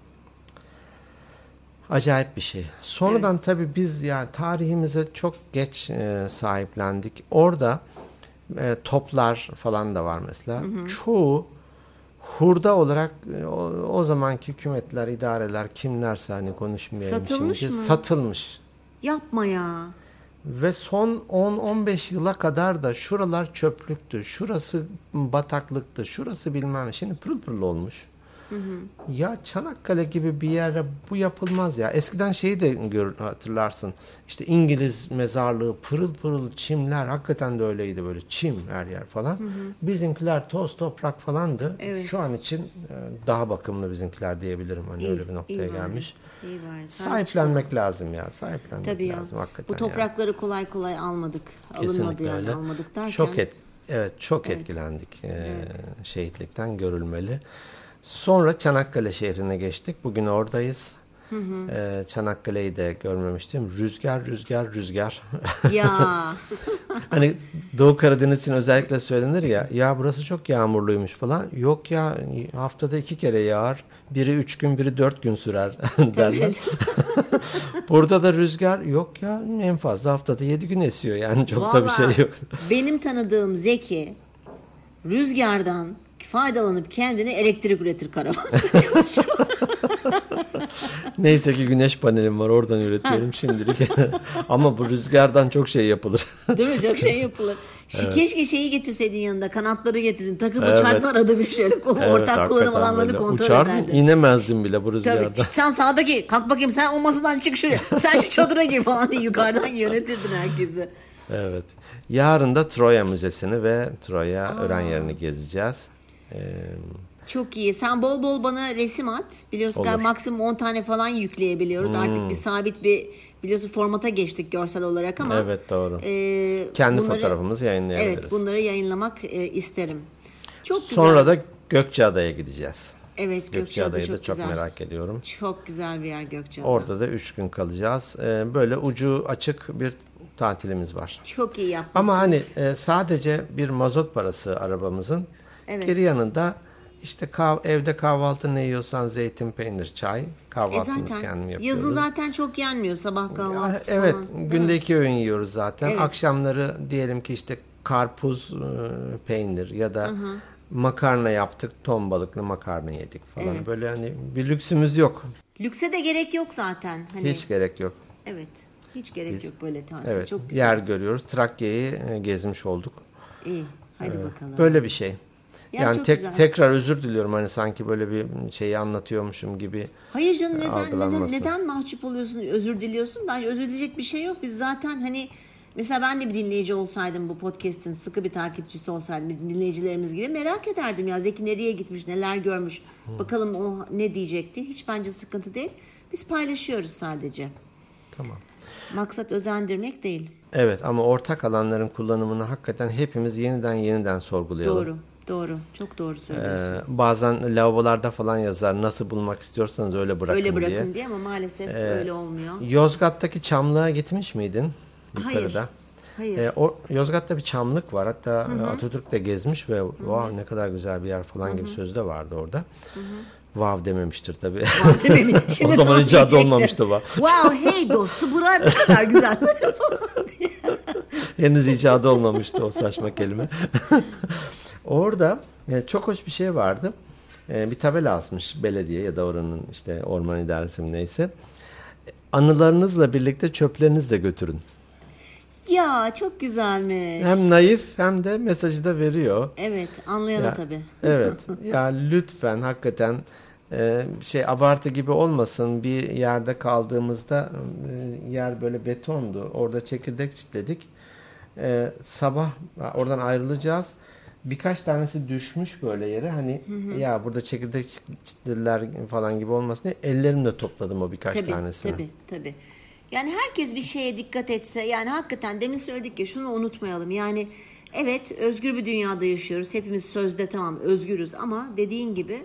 S1: Acayip bir şey. Sonradan tabii biz ya tarihimize çok geç sahiplendik. Orada toplar falan da var mesela. Çoğu hurda olarak o zamanki hükümetler, idareler, kimlerse hani konuşmayalım
S2: satılmış
S1: şimdi.
S2: mı?
S1: Satılmış.
S2: Yapma ya.
S1: Ve son 10-15 yıla kadar da şuralar çöplüktü, şurası bataklıktı, şurası bilmem ne. Şimdi pırıl pırıl olmuş. Ya Çanakkale gibi bir yere bu yapılmaz ya. Eskiden şeyi de hatırlarsın. İşte İngiliz mezarlığı, pırıl pırıl çimler, hakikaten de öyleydi, böyle çim her yer falan. Bizimkiler toz toprak falandı. Şu an için daha bakımlı bizimkiler diyebilirim. Hani öyle bir noktaya gelmiş.
S2: İyi bari.
S1: Sahiplenmek lazım ya. Sahiplenmek
S2: Tabii
S1: lazım hakikaten.
S2: Bu toprakları kolay kolay almadık.
S1: Kesinlikle
S2: Alınmadı yani,
S1: öyle.
S2: almadık derken.
S1: Çok etkilendik. Şehitlikten görülmeli. Sonra Çanakkale şehrine geçtik. Bugün oradayız. Çanakkale'yi de görmemiştim. Rüzgar.
S2: Ya.
S1: Hani Doğu Karadeniz için özellikle söylenir ya. Ya burası çok yağmurluymuş falan. Yok ya, haftada 2 kere yağar. Biri 3 gün, biri 4 gün sürer derler. Burada da rüzgar yok ya, en fazla haftada 7 gün esiyor. Yani çok da bir şey yok.
S2: Benim tanıdığım Zeki rüzgardan faydalanıp kendine elektrik üretir karavan.
S1: Neyse ki güneş panelim var, oradan üretiyorum şimdilik. Ama bu rüzgardan çok şey yapılır.
S2: Değil mi? Çok şey yapılır. Keşke şeyi getirseydin yanında, kanatları getirdin. Takım uçarken arada bir şöyle ortak kullanım alanlarını kontrol ederdin.
S1: Uçardım, inemezdim bile bu rüzgardan.
S2: Tabii. Sen sağdaki, kalk bakayım, sen o masadan çık şuraya. Sen şu çadıra gir falan diye yukarıdan yönetirdin herkesi.
S1: Evet. Yarın da Troya Müzesi'ni ve Troya öğren yerini gezeceğiz.
S2: Çok iyi. Sen bol bol bana resim at. Biliyorsun maksimum 10 tane falan yükleyebiliyoruz. Artık bir sabit bir, biliyorsun, formata geçtik görsel olarak ama.
S1: Evet, doğru. Kendi fotoğrafımızı yayınlayabiliriz.
S2: Evet, bunları yayınlamak isterim. Çok güzel.
S1: Sonra da Gökçeada'ya gideceğiz.
S2: Evet,
S1: Gökçeada'yı da çok
S2: güzel.
S1: merak ediyorum.
S2: Çok güzel bir yer Gökçeada.
S1: Orada da 3 gün kalacağız. Böyle ucu açık bir tatilimiz var.
S2: Çok iyi yapmışsınız.
S1: Ama hani sadece bir mazot parası arabamızın.
S2: Evet.
S1: Geri yanında işte evde kahvaltı ne yiyorsan zeytin, peynir, çay. Kahvaltımızı kendim yapıyoruz.
S2: Yazın zaten çok yenmiyor sabah kahvaltısı
S1: Evet,
S2: falan.
S1: günde 2 öğün yiyoruz zaten.
S2: Evet.
S1: Akşamları diyelim ki işte karpuz, peynir ya da makarna yaptık, ton balıklı makarna yedik falan.
S2: Evet.
S1: Böyle hani bir lüksümüz yok.
S2: Lükse de gerek yok zaten. Hani,
S1: Hiç gerek yok.
S2: evet. Hiç gerek yok böyle tatil.
S1: Evet,
S2: Çok güzel.
S1: yer görüyoruz. Trakya'yı gezmiş olduk.
S2: İyi. Hadi bakalım.
S1: Böyle bir şey.
S2: Ya
S1: Yani
S2: çok güzel.
S1: tekrar özür diliyorum hani sanki böyle bir şeyi anlatıyormuşum gibi.
S2: Hayır canım,
S1: algılanmasın.
S2: neden mahcup oluyorsun, özür diliyorsun? Bence özür dileyecek bir şey yok. Biz zaten hani mesela ben de bir dinleyici olsaydım, bu podcast'in sıkı bir takipçisi olsaydım, bizim dinleyicilerimiz gibi merak ederdim ya, Zeki nereye gitmiş, neler görmüş. Bakalım o ne diyecekti. Hiç bence sıkıntı değil. Biz paylaşıyoruz sadece.
S1: Tamam.
S2: Maksat özendirmek değil.
S1: Evet, ama ortak alanların kullanımını hakikaten hepimiz yeniden sorgulayalım.
S2: Doğru. Çok doğru söylüyorsun.
S1: Bazen lavabolarda falan yazar, nasıl bulmak istiyorsanız öyle bırakın
S2: diye ama maalesef öyle olmuyor.
S1: Yozgat'taki Çamlık'a gitmiş miydin? Yukarıda.
S2: Hayır.
S1: Yozgat'ta bir çamlık var. Hatta Atatürk de gezmiş ve wow, ne kadar güzel bir yer falan gibi sözü de vardı orada. Wow dememiştir tabii.
S2: Wow dememiş.
S1: O zaman icat olmamıştı bu.
S2: Wow, hey dostu, burası ne kadar güzel.
S1: Henüz icadı olmamıştı o saçma kelime. Orada çok hoş bir şey vardı. Bir tabela asmış belediye ya da oranın işte orman idaresi mi neyse. Anılarınızla birlikte çöplerinizi de götürün.
S2: Ya çok güzelmiş.
S1: Hem naif hem de mesajı da veriyor.
S2: Evet, anlayana tabii.
S1: Evet. Ya lütfen hakikaten abartı gibi olmasın. Bir yerde kaldığımızda yer böyle betondu. Orada çekirdek çitledik. Sabah oradan ayrılacağız. Birkaç tanesi düşmüş böyle yere. Hani ya burada çekirdek çitlediler falan gibi olmasın diye ellerimle topladım o birkaç tanesini.
S2: Tabii. Yani herkes bir şeye dikkat etse, yani hakikaten demin söyledik ya, şunu unutmayalım. Yani evet, özgür bir dünyada yaşıyoruz. Hepimiz sözde tamam özgürüz ama dediğin gibi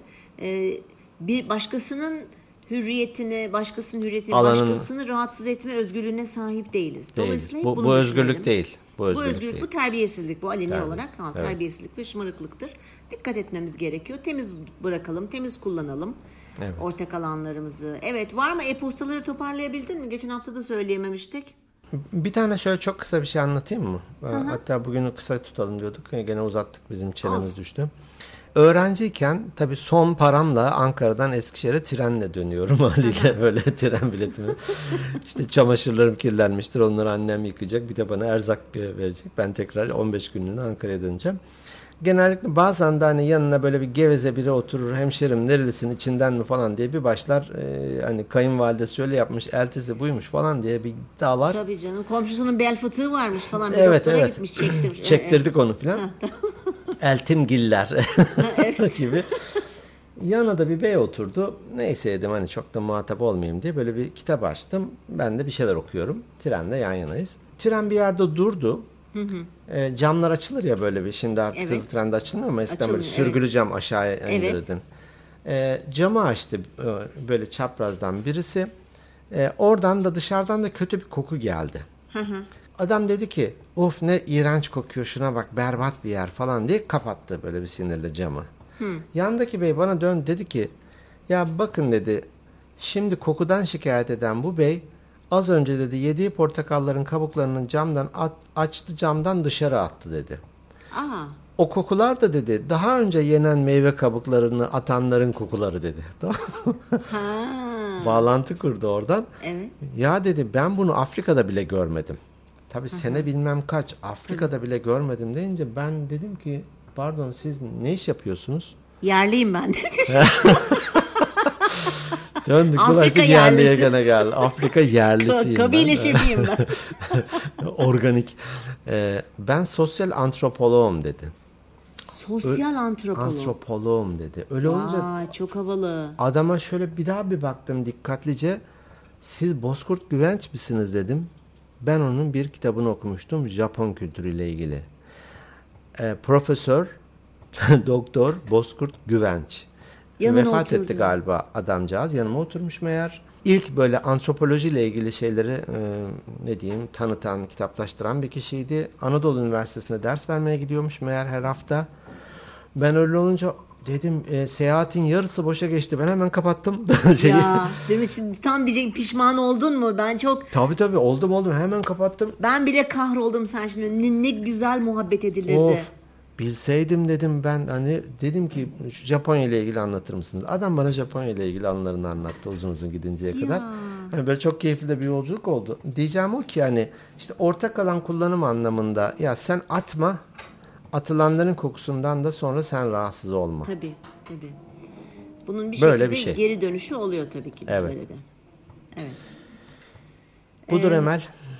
S2: bir başkasının hürriyetine, başkasını rahatsız etme özgürlüğüne sahip değiliz. Dolayısıyla
S1: bu özgürlük değil. Bu
S2: özgürlük, bu terbiyesizlik, bu aleni olarak terbiyesizlik ve şımarıklıktır. Dikkat etmemiz gerekiyor. Temiz bırakalım, temiz kullanalım ortak alanlarımızı. Evet, var mı? E-postaları toparlayabildin mi? Geçen hafta da söyleyememiştik.
S1: Bir tane şöyle çok kısa bir şey anlatayım mı? Hatta bugünü kısa tutalım diyorduk. Gene uzattık, bizim çenemiz düştü. Öğrenciyken tabii son paramla Ankara'dan Eskişehir'e trenle dönüyorum haliyle, böyle tren biletimi. İşte çamaşırlarım kirlenmiştir, onları annem yıkayacak, bir de bana erzak verecek. Ben tekrar 15 günlüğüne Ankara'ya döneceğim. Genellikle bazen de hani yanına böyle bir geveze biri oturur, hemşerim nerelisin, içinden mi falan diye bir başlar. Hani kayınvalidesi şöyle yapmış, eltisi buymuş falan diye bir iddialar.
S2: Tabii canım, komşusunun bel fıtığı varmış falan, bir doktora gitmiş,
S1: çektirdik onu falan. Eltimgiller gibi. Yanına da bir bey oturdu. Neyse dedim, hani çok da muhatap olmayayım diye böyle bir kitap açtım. Ben de bir şeyler okuyorum. Trende yan yanayız. Tren bir yerde durdu. Camlar açılır ya böyle bir. Şimdi artık hızlı trende açılmıyor ama eskiden böyle sürgülü cam aşağıya indirirdin. Camı açtı böyle çaprazdan birisi. Oradan da dışarıdan da kötü bir koku geldi. Adam dedi ki of ne iğrenç kokuyor, şuna bak, berbat bir yer falan diye kapattı böyle bir sinirle camı. Yandaki bey bana döndü, dedi ki ya bakın dedi, şimdi kokudan şikayet eden bu bey az önce dedi yediği portakalların kabuklarının camdan açtı, camdan dışarı attı dedi.
S2: Aha.
S1: O kokular da dedi daha önce yenen meyve kabuklarını atanların kokuları dedi. Bağlantı kurdu oradan.
S2: Evet.
S1: Ya dedi ben bunu Afrika'da bile görmedim. Tabii sene bilmem kaç, Afrika'da bile görmedim deyince ben dedim ki pardon, siz ne iş yapıyorsunuz?
S2: Yerliyim ben demiş.
S1: Döndük dolaştık yerliye gene geldi. Afrika yerlisiyim
S2: kabile şefiyim ben.
S1: Organik. Ben sosyal antropoloğum dedi.
S2: Sosyal
S1: antropoloğum dedi. Öyle olunca
S2: çok havalı.
S1: Adama şöyle bir daha bir baktım dikkatlice. Siz Bozkurt Güvenç misiniz dedim. Ben onun bir kitabını okumuştum Japon kültürüyle ilgili. Profesör Doktor Bozkurt Güvenç. Vefat etti galiba adamcağız. Yanıma oturmuş meğer. ilk böyle antropolojiyle ilgili şeyleri ne diyeyim tanıtan, kitaplaştıran bir kişiydi. Anadolu Üniversitesi'nde ders vermeye gidiyormuş meğer her hafta. Ben öyle olunca dedim seyahatin yarısı boşa geçti. Ben hemen kapattım şeyi.
S2: Ya değil mi? Şimdi tam diyeceksin, pişman oldun mu? Ben çok...
S1: Tabii oldum hemen kapattım.
S2: Ben bile kahroldum sen şimdi. Ne güzel muhabbet edilirdi.
S1: Of, bilseydim dedim ben, hani dedim ki şu Japonya ile ilgili anlatır mısınız? Adam bana Japonya ile ilgili anılarını anlattı uzun gidinceye kadar. Yani böyle çok keyifli de bir yolculuk oldu. Diyeceğim o ki hani işte ortak alan kullanım anlamında ya sen atma, atılanların kokusundan da sonra sen rahatsız olma.
S2: Tabii. Bunun bir
S1: böyle
S2: şekilde
S1: bir şey.
S2: Geri dönüşü oluyor tabii ki bizlere
S1: Evet.
S2: de. Evet.
S1: Budur Emel.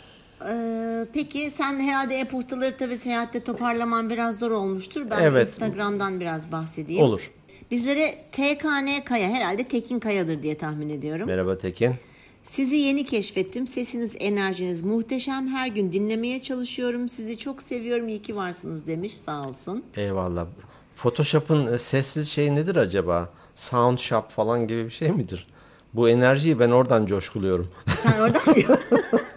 S2: Peki sen herhalde e-postaları tabii seyahatte toparlaman biraz zor olmuştur. Ben
S1: Evet.
S2: Instagram'dan biraz bahsedeyim.
S1: Olur.
S2: Bizlere TKN Kaya, herhalde Tekin Kaya'dır diye tahmin ediyorum.
S1: Merhaba Tekin.
S2: Sizi yeni keşfettim. Sesiniz, enerjiniz muhteşem. Her gün dinlemeye çalışıyorum. Sizi çok seviyorum. İyi ki varsınız demiş. Sağ olsun.
S1: Eyvallah. Photoshop'un sessiz şey nedir acaba? Sound Shop falan gibi bir şey midir? Bu enerjiyi ben oradan coşkuluyorum.
S2: Sen oradan mı diyorsun?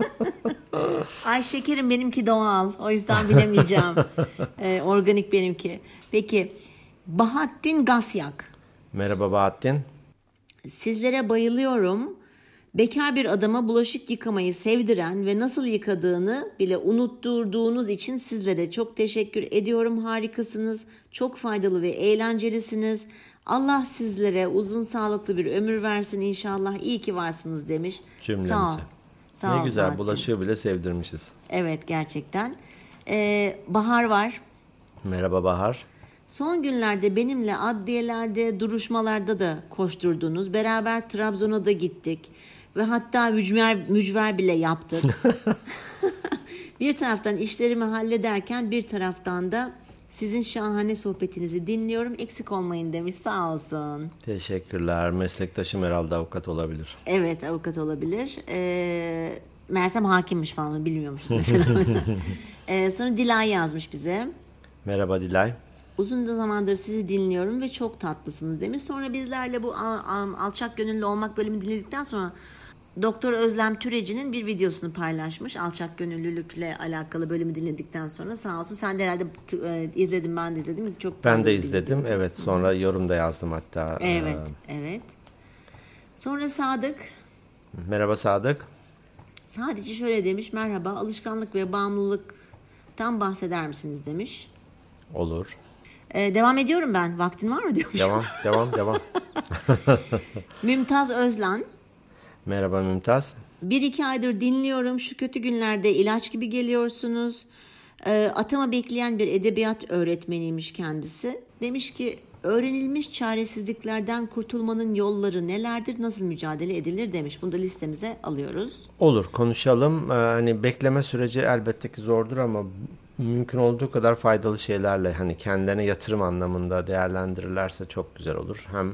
S2: Ay şekerim, benimki doğal. O yüzden bilemeyeceğim. Organik benimki. Peki. Bahattin Gasyak.
S1: Merhaba Bahattin.
S2: Sizlere bayılıyorum. Bekar bir adama bulaşık yıkamayı sevdiren ve nasıl yıkadığını bile unutturduğunuz için sizlere çok teşekkür ediyorum. Harikasınız. Çok faydalı ve eğlencelisiniz. Allah sizlere uzun sağlıklı bir ömür versin inşallah. İyi ki varsınız demiş.
S1: Cümlemize.
S2: Sağ ol
S1: Ne güzel
S2: Bahattin.
S1: bulaşığı bile sevdirmişiz.
S2: Evet, gerçekten. Bahar var.
S1: Merhaba Bahar.
S2: Son günlerde benimle adliyelerde, duruşmalarda da koşturdunuz. Beraber Trabzon'a da gittik. Ve hatta mücver bile yaptık. Bir taraftan işlerimi hallederken bir taraftan da sizin şahane sohbetinizi dinliyorum. Eksik olmayın demiş. Sağ olsun.
S1: Teşekkürler. Meslektaşım herhalde avukat olabilir.
S2: Evet, avukat olabilir. Mersem hakimmiş falan, bilmiyormuşsun mesela. Sonra Dilay yazmış bize.
S1: Merhaba Dilay.
S2: Uzun zamandır sizi dinliyorum ve çok tatlısınız demiş. Sonra bizlerle bu alçak gönüllü olmak bölümü dinledikten sonra Doktor Özlem Türeci'nin bir videosunu paylaşmış. Alçak gönüllülükle alakalı bölümü dinledikten sonra sağ olsun. Sen de herhalde izledin, ben de izledim.
S1: Ben de izledim. Evet, sonra yorum da yazdım hatta.
S2: Evet. Sonra Sadık.
S1: Merhaba Sadık.
S2: Sadece şöyle demiş. Merhaba, alışkanlık ve bağımlılıktan bahseder misiniz demiş.
S1: Olur.
S2: Devam ediyorum ben. Vaktin var mı diyormuş.
S1: Devam.
S2: Mümtaz Özlan.
S1: Merhaba Mümtaz.
S2: 1-2 aydır dinliyorum. Şu kötü günlerde ilaç gibi geliyorsunuz. Atama bekleyen bir edebiyat öğretmeniymiş kendisi. Demiş ki öğrenilmiş çaresizliklerden kurtulmanın yolları nelerdir, nasıl mücadele edilir demiş. Bunu da listemize alıyoruz.
S1: Olur, konuşalım. Hani bekleme süreci elbette ki zordur ama mümkün olduğu kadar faydalı şeylerle hani kendilerine yatırım anlamında değerlendirirlerse çok güzel olur. Hem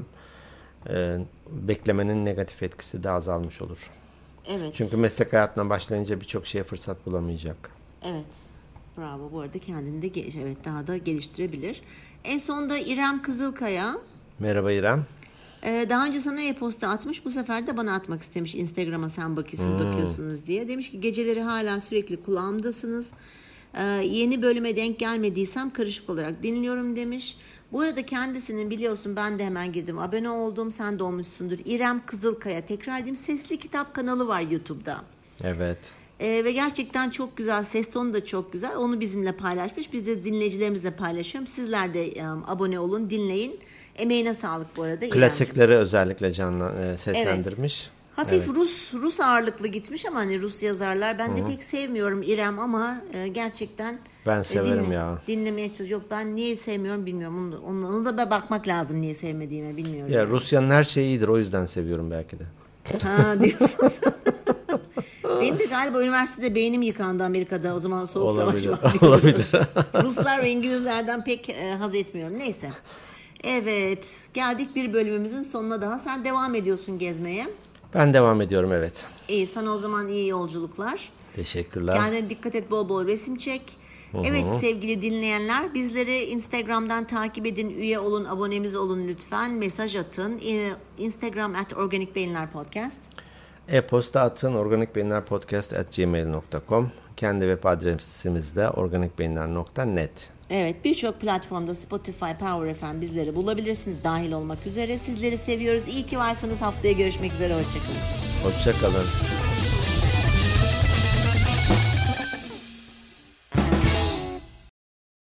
S1: beklemenin negatif etkisi de azalmış olur.
S2: Evet.
S1: Çünkü meslek hayatına başlayınca birçok şeye fırsat bulamayacak.
S2: Evet. Bravo. Bu arada kendini de daha da geliştirebilir. En son da İrem Kızılkaya.
S1: Merhaba İrem.
S2: Daha önce sana e-posta atmış. Bu sefer de bana atmak istemiş. Instagram'a siz bakıyorsunuz diye. Demiş ki geceleri hala sürekli kulağımdasınız. Yeni bölüme denk gelmediysem karışık olarak dinliyorum demiş. Bu arada kendisinin, biliyorsun ben de hemen girdim, abone oldum, sen de olmuşsundur. İrem Kızılkaya, tekrar edeyim, Sesli Kitap kanalı var YouTube'da.
S1: Evet.
S2: Ve gerçekten çok güzel, ses tonu da çok güzel. Onu bizimle paylaşmış. Biz de dinleyicilerimizle paylaşıyorum. Sizler de abone olun, dinleyin. Emeğine sağlık bu arada.
S1: Klasikleri özellikle seslendirmiş.
S2: Evet. Hafif Rus ağırlıklı gitmiş ama hani Rus yazarlar. Ben de pek sevmiyorum İrem ama gerçekten
S1: ben severim ya.
S2: Dinlemeye çalışıyorum. Yok, ben niye sevmiyorum bilmiyorum. Onu da bakmak lazım, niye sevmediğime bilmiyorum.
S1: Ya
S2: yani.
S1: Rusya'nın her şeyi iyidir, o yüzden seviyorum belki de.
S2: Ha diyorsun sen. Benim de galiba üniversitede beynim yıkandı Amerika'da. O zaman soğuk savaş var.
S1: Olabilir.
S2: Ruslar ve İngilizlerden pek haz etmiyorum. Neyse. Evet. Geldik bir bölümümüzün sonuna daha. Sen devam ediyorsun gezmeye.
S1: Ben devam ediyorum, evet.
S2: İyi, sana o zaman iyi yolculuklar.
S1: Teşekkürler.
S2: Kendine dikkat et, bol bol resim çek. Evet sevgili dinleyenler, bizleri Instagram'dan takip edin, üye olun, abonemiz olun lütfen. Mesaj atın. Instagram @organikbeyinlerpodcast.
S1: E-posta atın organikbeyinlerpodcast@gmail.com. Kendi web adresimiz de organikbeyinler.net.
S2: Evet, birçok platformda Spotify, Power FM bizleri bulabilirsiniz dahil olmak üzere. Sizleri seviyoruz. İyi ki varsınız. Haftaya görüşmek üzere. Hoşçakalın.
S1: Hoşçakalın.